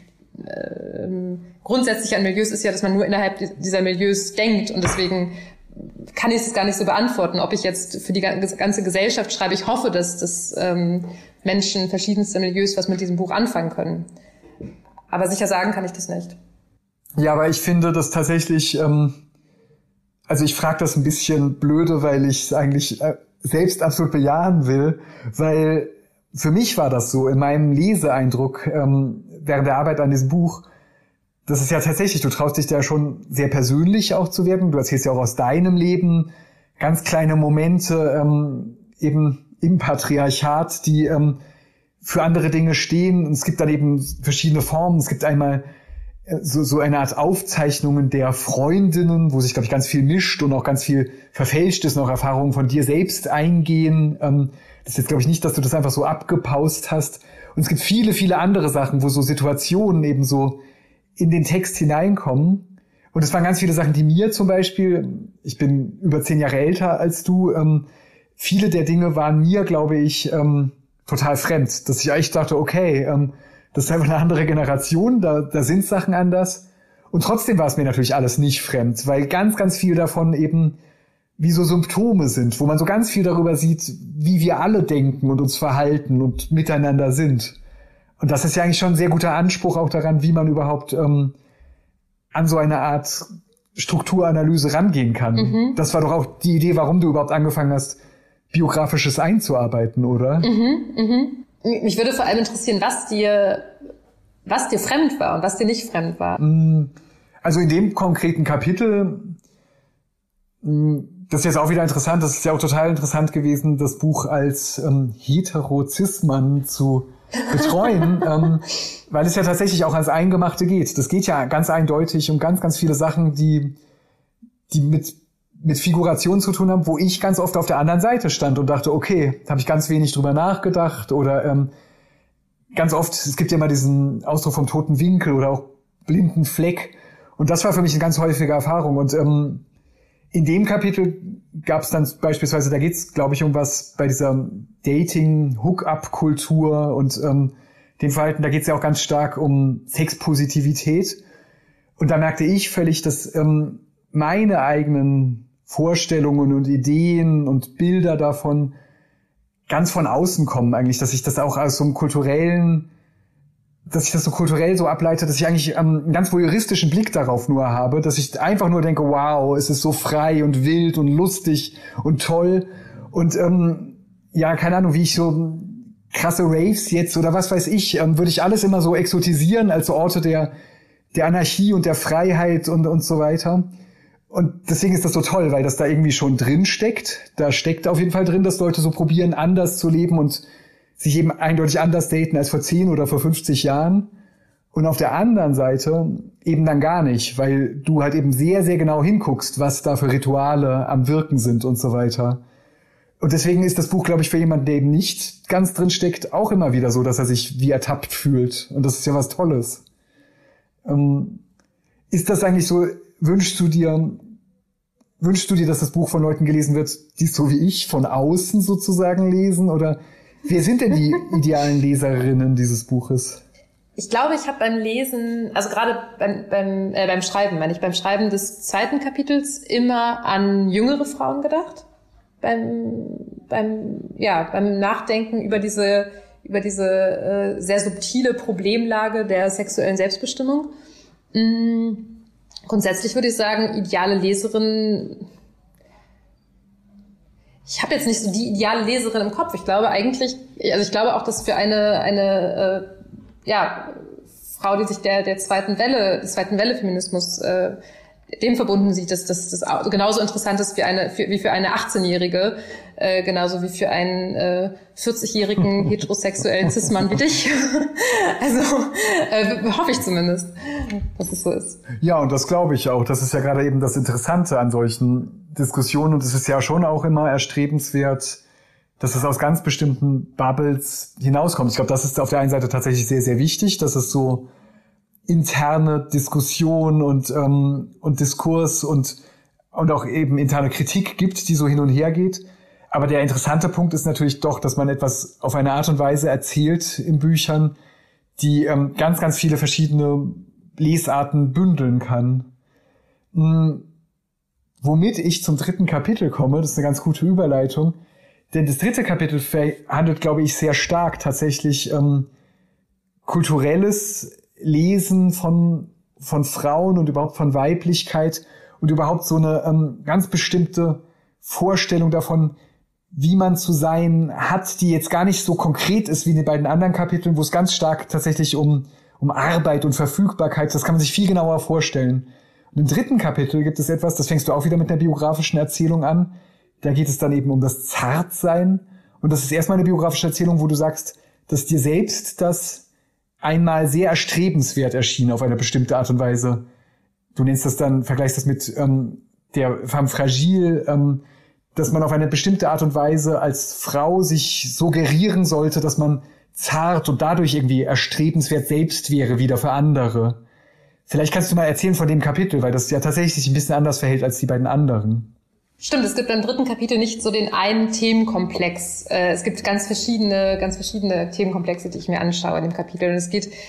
grundsätzlich an Milieus ist ja, dass man nur innerhalb dieser Milieus denkt, und deswegen kann ich es gar nicht so beantworten, ob ich jetzt für die ganze Gesellschaft schreibe. Ich hoffe, dass Menschen verschiedenste Milieus was mit diesem Buch anfangen können. Aber sicher sagen kann ich das nicht. Ja, aber ich finde das tatsächlich, also ich frage das ein bisschen blöde, weil ich es eigentlich selbst absolut bejahen will, weil für mich war das so in meinem Leseeindruck während der Arbeit an diesem Buch, das ist ja tatsächlich, du traust dich da schon sehr persönlich auch zu werden. Du erzählst ja auch aus deinem Leben ganz kleine Momente eben im Patriarchat, die für andere Dinge stehen. Und es gibt dann eben verschiedene Formen. Es gibt einmal so eine Art Aufzeichnungen der Freundinnen, wo sich, glaube ich, ganz viel mischt und auch ganz viel verfälscht ist und auch Erfahrungen von dir selbst eingehen. Das ist jetzt, glaube ich, nicht, dass du das einfach so abgepaust hast. Und es gibt viele, viele andere Sachen, wo so Situationen eben so in den Text hineinkommen. Und es waren ganz viele Sachen, die mir zum Beispiel, ich bin über 10 Jahre älter als du, viele der Dinge waren mir, glaube ich, total fremd. Dass ich echt dachte, okay, das ist einfach eine andere Generation, da sind Sachen anders. Und trotzdem war es mir natürlich alles nicht fremd, weil ganz, ganz viel davon eben wie so Symptome sind, wo man so ganz viel darüber sieht, wie wir alle denken und uns verhalten und miteinander sind. Und das ist ja eigentlich schon ein sehr guter Anspruch auch daran, wie man überhaupt an so eine Art Strukturanalyse rangehen kann. Mhm. Das war doch auch die Idee, warum du überhaupt angefangen hast, Biografisches einzuarbeiten, oder? Mich würde vor allem interessieren, was dir fremd war und was dir nicht fremd war. Also in dem konkreten Kapitel, das ist jetzt auch wieder interessant, das ist ja auch total interessant gewesen, das Buch als Hetero-Cis-Mann zu betreuen, weil es ja tatsächlich auch ans Eingemachte geht. Das geht ja ganz eindeutig um ganz, ganz viele Sachen, die mit Figuration zu tun haben, wo ich ganz oft auf der anderen Seite stand und dachte, okay, da habe ich ganz wenig drüber nachgedacht oder ganz oft, es gibt ja immer diesen Ausdruck vom toten Winkel oder auch blinden Fleck, und das war für mich eine ganz häufige Erfahrung. Und in dem Kapitel gab es dann beispielsweise, da geht es, glaube ich, um was bei dieser Dating-Hook-Up-Kultur und dem Verhalten, da geht es ja auch ganz stark um Sexpositivität. Und da merkte ich völlig, dass meine eigenen Vorstellungen und Ideen und Bilder davon ganz von außen kommen eigentlich, dass ich das auch aus so einem kulturellen, dass ich das so kulturell so ableite, dass ich eigentlich einen ganz voyeuristischen Blick darauf nur habe, dass ich einfach nur denke, wow, es ist so frei und wild und lustig und toll und ja, keine Ahnung, wie ich so krasse Raves jetzt oder was weiß ich, würde ich alles immer so exotisieren als so Orte der Anarchie und der Freiheit und so weiter. Und deswegen ist das so toll, weil das da irgendwie schon drin steckt. Da steckt auf jeden Fall drin, dass Leute so probieren, anders zu leben und sich eben eindeutig anders daten als vor 10 oder vor 50 Jahren. Und auf der anderen Seite eben dann gar nicht, weil du halt eben sehr, sehr genau hinguckst, was da für Rituale am Wirken sind und so weiter. Und deswegen ist das Buch, glaube ich, für jemanden, der eben nicht ganz drin steckt, auch immer wieder so, dass er sich wie ertappt fühlt. Und das ist ja was Tolles. Ist das eigentlich so, wünschst du dir, dass das Buch von Leuten gelesen wird, die so wie ich von außen sozusagen lesen? Oder wer sind denn die idealen Leserinnen dieses Buches? Ich glaube, ich habe beim Lesen, also gerade beim Schreiben, beim Schreiben des zweiten Kapitels immer an jüngere Frauen gedacht. Beim Nachdenken über diese sehr subtile Problemlage der sexuellen Selbstbestimmung. Grundsätzlich würde ich sagen, ideale Leserin. Ich habe jetzt nicht so die ideale Leserin im Kopf. Ich glaube auch, dass für eine Frau, die sich der zweiten Welle Feminismus dem verbunden sieht, dass das genauso interessant ist wie für eine 18-Jährige, genauso wie für einen 40-jährigen heterosexuellen Cis-Mann wie dich. Also hoffe ich zumindest, dass es so ist. Ja, und das glaube ich auch. Das ist ja gerade eben das Interessante an solchen Diskussionen. Und es ist ja schon auch immer erstrebenswert, dass es aus ganz bestimmten Bubbles hinauskommt. Ich glaube, das ist auf der einen Seite tatsächlich sehr, sehr wichtig, dass es so interne Diskussion und Diskurs und auch eben interne Kritik gibt, die so hin und her geht. Aber der interessante Punkt ist natürlich doch, dass man etwas auf eine Art und Weise erzählt in Büchern, die ganz, ganz viele verschiedene Lesarten bündeln kann. Womit ich zum 3. Kapitel komme, das ist eine ganz gute Überleitung, denn das 3. Kapitel handelt, glaube ich, sehr stark tatsächlich kulturelles Lesen von Frauen und überhaupt von Weiblichkeit und überhaupt so eine ganz bestimmte Vorstellung davon, wie man zu sein hat, die jetzt gar nicht so konkret ist wie in den beiden anderen Kapiteln, wo es ganz stark tatsächlich um Arbeit und Verfügbarkeit, das kann man sich viel genauer vorstellen. Und im 3. Kapitel gibt es etwas, das fängst du auch wieder mit einer biografischen Erzählung an, da geht es dann eben um das Zartsein und das ist erstmal eine biografische Erzählung, wo du sagst, dass dir selbst das einmal sehr erstrebenswert erschien auf eine bestimmte Art und Weise. Du nennst das dann, vergleichst das mit der Femme Fragile, dass man auf eine bestimmte Art und Weise als Frau sich suggerieren sollte, dass man zart und dadurch irgendwie erstrebenswert selbst wäre wieder für andere. Vielleicht kannst du mal erzählen von dem Kapitel, weil das ja tatsächlich sich ein bisschen anders verhält als die beiden anderen. Stimmt, es gibt beim 3. Kapitel nicht so den einen Themenkomplex. Es gibt ganz verschiedene Themenkomplexe, die ich mir anschaue in dem Kapitel. Und es geht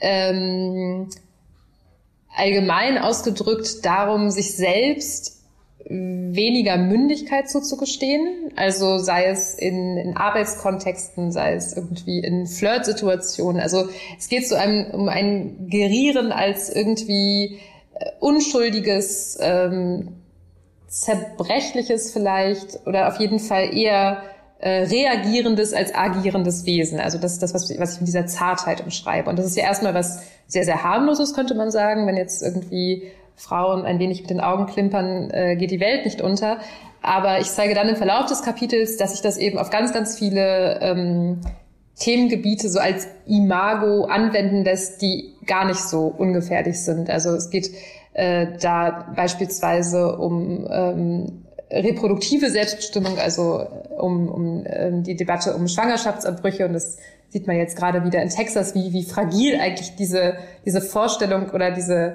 allgemein ausgedrückt darum, sich selbst weniger Mündigkeit zuzugestehen. Also sei es in Arbeitskontexten, sei es irgendwie in Flirtsituationen. Also es geht so um ein Gerieren als irgendwie unschuldiges, zerbrechliches vielleicht oder auf jeden Fall eher reagierendes als agierendes Wesen. Also das ist das, was ich mit dieser Zartheit umschreibe. Und das ist ja erstmal was sehr, sehr harmloses, könnte man sagen. Wenn jetzt irgendwie Frauen ein wenig mit den Augen klimpern, geht die Welt nicht unter. Aber ich zeige dann im Verlauf des Kapitels, dass sich das eben auf ganz, ganz viele Themengebiete so als Imago anwenden lässt, die gar nicht so ungefährlich sind. Also es geht da beispielsweise um reproduktive Selbstbestimmung, also um die Debatte um Schwangerschaftsabbrüche. Und das sieht man jetzt gerade wieder in Texas, wie fragil eigentlich diese Vorstellung oder die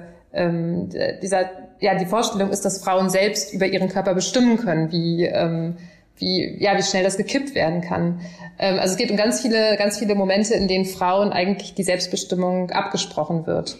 Vorstellung ist, dass Frauen selbst über ihren Körper bestimmen können, wie schnell das gekippt werden kann. Also es geht um ganz viele Momente, in denen Frauen eigentlich die Selbstbestimmung abgesprochen wird.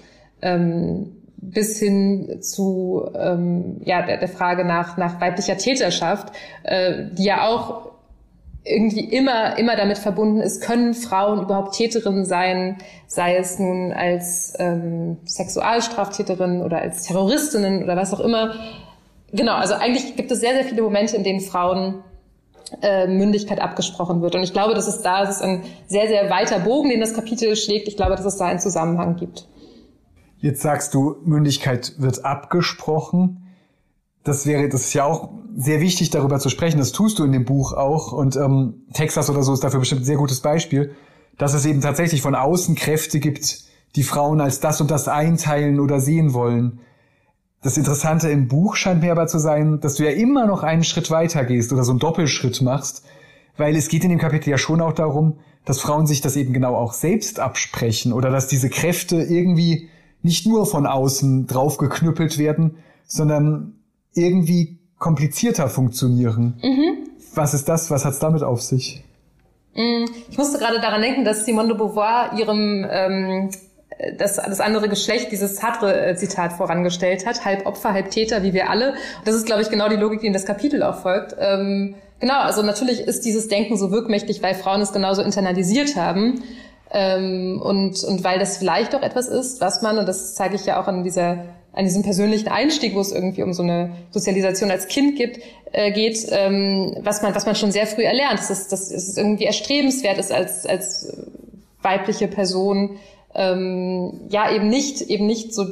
Bis hin zu der Frage nach weiblicher Täterschaft, die ja auch irgendwie immer damit verbunden ist, können Frauen überhaupt Täterinnen sein, sei es nun als Sexualstraftäterinnen oder als Terroristinnen oder was auch immer. Genau, also eigentlich gibt es sehr, sehr viele Momente, in denen Frauen Mündigkeit abgesprochen wird. Und ich glaube, das ist ein sehr, sehr weiter Bogen, den das Kapitel schlägt. Ich glaube, dass es da einen Zusammenhang gibt. Jetzt sagst du, Mündigkeit wird abgesprochen. Das ist ja auch sehr wichtig, darüber zu sprechen. Das tust du in dem Buch auch. Und Texas oder so ist dafür bestimmt ein sehr gutes Beispiel, dass es eben tatsächlich von außen Kräfte gibt, die Frauen als das und das einteilen oder sehen wollen. Das Interessante im Buch scheint mir aber zu sein, dass du ja immer noch einen Schritt weiter gehst oder so einen Doppelschritt machst, weil es geht in dem Kapitel ja schon auch darum, dass Frauen sich das eben genau auch selbst absprechen oder dass diese Kräfte irgendwie nicht nur von außen draufgeknüppelt werden, sondern irgendwie komplizierter funktionieren. Was ist das? Was hat's damit auf sich? Ich musste gerade daran denken, dass Simone de Beauvoir ihrem das andere Geschlecht, dieses Sartre-Zitat vorangestellt hat. Halb Opfer, halb Täter, wie wir alle. Das ist, glaube ich, genau die Logik, die in das Kapitel auch folgt. Genau, also natürlich ist dieses Denken so wirkmächtig, weil Frauen es genauso internalisiert haben. Und weil das vielleicht auch etwas ist, was man, und das zeige ich ja auch an diesem persönlichen Einstieg, wo es irgendwie um so eine Sozialisation als Kind geht, was man schon sehr früh erlernt, dass es irgendwie erstrebenswert ist als weibliche Person, eben nicht so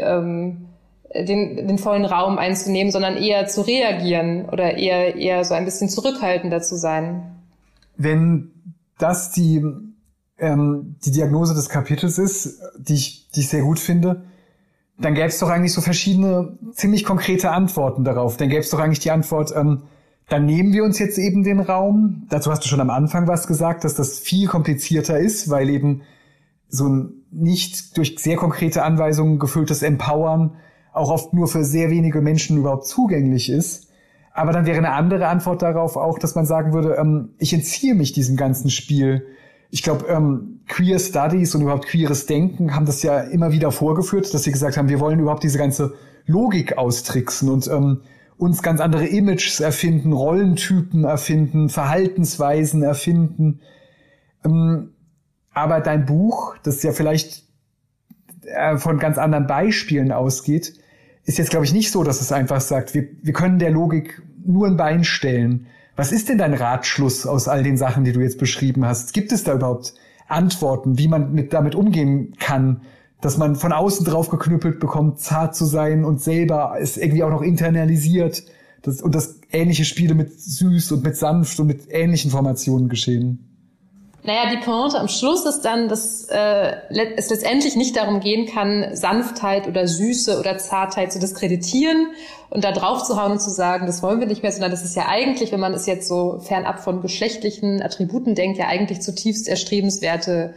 den vollen Raum einzunehmen, sondern eher zu reagieren oder eher so ein bisschen zurückhaltender zu sein. Wenn das die Diagnose des Kapitels ist, die ich sehr gut finde, dann gäbe es doch eigentlich so verschiedene, ziemlich konkrete Antworten darauf. Dann gäbe es doch eigentlich die Antwort, dann nehmen wir uns jetzt eben den Raum. Dazu hast du schon am Anfang was gesagt, dass das viel komplizierter ist, weil eben so ein nicht durch sehr konkrete Anweisungen gefülltes Empowern auch oft nur für sehr wenige Menschen überhaupt zugänglich ist. Aber dann wäre eine andere Antwort darauf auch, dass man sagen würde, ich entziehe mich diesem ganzen Spiel. Ich glaube, Queer Studies und überhaupt queeres Denken haben das ja immer wieder vorgeführt, dass sie gesagt haben, wir wollen überhaupt diese ganze Logik austricksen und uns ganz andere Images erfinden, Rollentypen erfinden, Verhaltensweisen erfinden. Aber dein Buch, das ja vielleicht von ganz anderen Beispielen ausgeht, ist jetzt, glaube ich, nicht so, dass es einfach sagt, wir können der Logik nur ein Bein stellen. Was ist denn dein Ratschluss aus all den Sachen, die du jetzt beschrieben hast? Gibt es da überhaupt Antworten, wie man damit umgehen kann, dass man von außen drauf geknüppelt bekommt, zart zu sein und selber es irgendwie auch noch internalisiert und dass ähnliche Spiele mit süß und mit sanft und mit ähnlichen Formationen geschehen? Naja, die Pointe am Schluss ist dann, dass es letztendlich nicht darum gehen kann, Sanftheit oder Süße oder Zartheit zu diskreditieren und da drauf zu hauen und zu sagen, das wollen wir nicht mehr, sondern das ist ja eigentlich, wenn man es jetzt so fernab von geschlechtlichen Attributen denkt, ja eigentlich zutiefst erstrebenswerte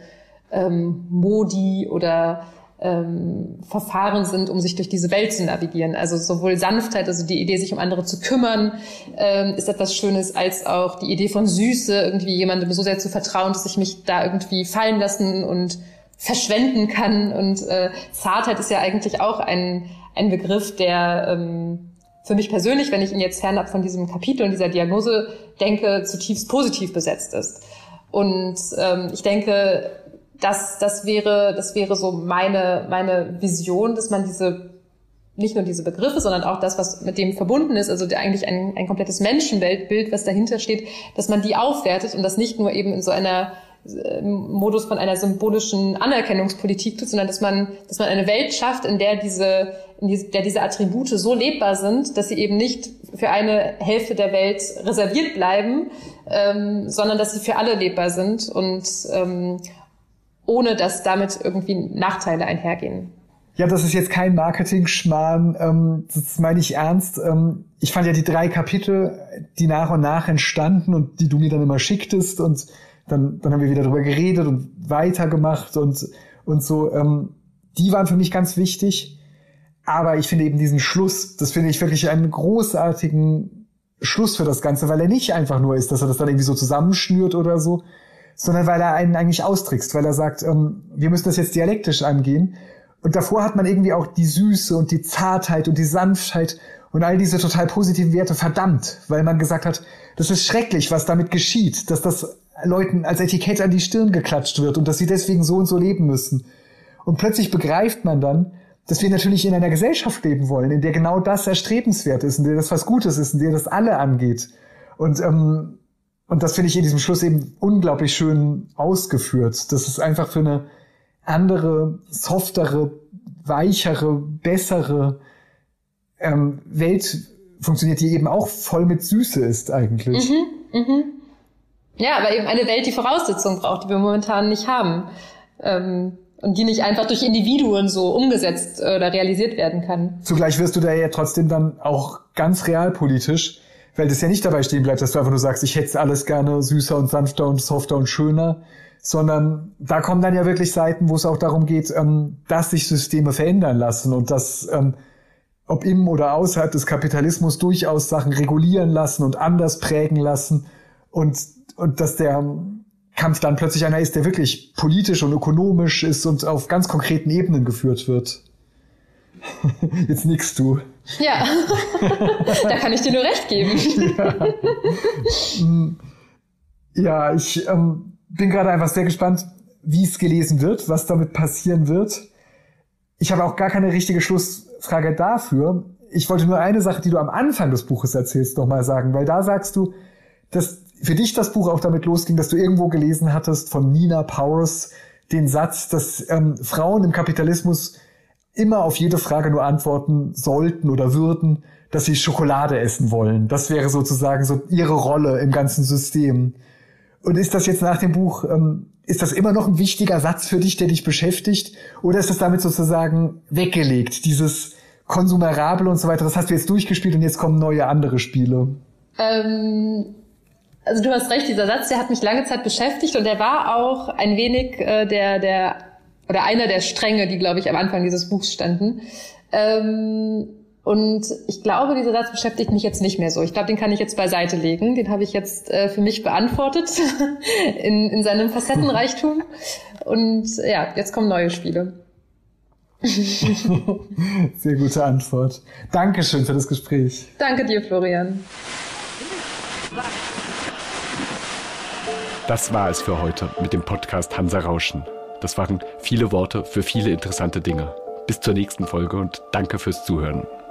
Modi oder Verfahren sind, um sich durch diese Welt zu navigieren. Also sowohl Sanftheit, also die Idee, sich um andere zu kümmern, ist etwas Schönes, als auch die Idee von Süße, irgendwie jemandem so sehr zu vertrauen, dass ich mich da irgendwie fallen lassen und verschwenden kann. Und Zartheit ist ja eigentlich auch ein Begriff, der für mich persönlich, wenn ich ihn jetzt fernab von diesem Kapitel und dieser Diagnose denke, zutiefst positiv besetzt ist. Und ich denke, das wäre so meine Vision, dass man nicht nur diese Begriffe, sondern auch das, was mit dem verbunden ist, also eigentlich ein komplettes Menschenweltbild, was dahinter steht, dass man die aufwertet und das nicht nur eben in so einer Modus von einer symbolischen Anerkennungspolitik tut, sondern dass man eine Welt schafft, in der diese Attribute so lebbar sind, dass sie eben nicht für eine Hälfte der Welt reserviert bleiben, sondern dass sie für alle lebbar sind und ohne dass damit irgendwie Nachteile einhergehen. Ja, das ist jetzt kein Marketing-Schmarrn, das meine ich ernst. Ich fand ja die 3 Kapitel, die nach und nach entstanden und die du mir dann immer schicktest und dann haben wir wieder drüber geredet und weitergemacht und so, die waren für mich ganz wichtig. Aber ich finde eben diesen Schluss, das finde ich wirklich einen großartigen Schluss für das Ganze, weil er nicht einfach nur ist, dass er das dann irgendwie so zusammenschnürt oder so, sondern weil er einen eigentlich austrickst, weil er sagt, wir müssen das jetzt dialektisch angehen. Und davor hat man irgendwie auch die Süße und die Zartheit und die Sanftheit und all diese total positiven Werte verdammt, weil man gesagt hat, das ist schrecklich, was damit geschieht, dass das Leuten als Etikett an die Stirn geklatscht wird und dass sie deswegen so und so leben müssen. Und plötzlich begreift man dann, dass wir natürlich in einer Gesellschaft leben wollen, in der genau das erstrebenswert ist, in der das was Gutes ist, in der das alle angeht. Und das finde ich in diesem Schluss eben unglaublich schön ausgeführt. Das ist einfach für eine andere, softere, weichere, bessere Welt funktioniert, die eben auch voll mit Süße ist eigentlich. Ja, aber eben eine Welt, die Voraussetzungen braucht, die wir momentan nicht haben. Und die nicht einfach durch Individuen so umgesetzt oder realisiert werden kann. Zugleich wirst du da ja trotzdem dann auch ganz realpolitisch, weil das ja nicht dabei stehen bleibt, dass du einfach nur sagst, ich hätte alles gerne süßer und sanfter und softer und schöner, sondern da kommen dann ja wirklich Seiten, wo es auch darum geht, dass sich Systeme verändern lassen und dass ob im oder außerhalb des Kapitalismus durchaus Sachen regulieren lassen und anders prägen lassen und dass der Kampf dann plötzlich einer ist, der wirklich politisch und ökonomisch ist und auf ganz konkreten Ebenen geführt wird. Jetzt nickst du. Ja, da kann ich dir nur recht geben. Ja, ich bin gerade einfach sehr gespannt, wie es gelesen wird, was damit passieren wird. Ich habe auch gar keine richtige Schlussfrage dafür. Ich wollte nur eine Sache, die du am Anfang des Buches erzählst, nochmal sagen, weil da sagst du, dass für dich das Buch auch damit losging, dass du irgendwo gelesen hattest von Nina Powers den Satz, dass Frauen im Kapitalismus immer auf jede Frage nur antworten sollten oder würden, dass sie Schokolade essen wollen. Das wäre sozusagen so ihre Rolle im ganzen System. Und ist das jetzt nach dem Buch, ist das immer noch ein wichtiger Satz für dich, der dich beschäftigt? Oder ist das damit sozusagen weggelegt, dieses Konsumerable und so weiter? Das hast du jetzt durchgespielt und jetzt kommen neue andere Spiele. Also du hast recht, dieser Satz, der hat mich lange Zeit beschäftigt und der war auch ein wenig einer der Stränge, die, glaube ich, am Anfang dieses Buchs standen. Und ich glaube, dieser Satz beschäftigt mich jetzt nicht mehr so. Ich glaube, den kann ich jetzt beiseite legen. Den habe ich jetzt für mich beantwortet in seinem Facettenreichtum. Und ja, jetzt kommen neue Spiele. Sehr gute Antwort. Dankeschön für das Gespräch. Danke dir, Florian. Das war es für heute mit dem Podcast Hansa Rauschen. Das waren viele Worte für viele interessante Dinge. Bis zur nächsten Folge und danke fürs Zuhören.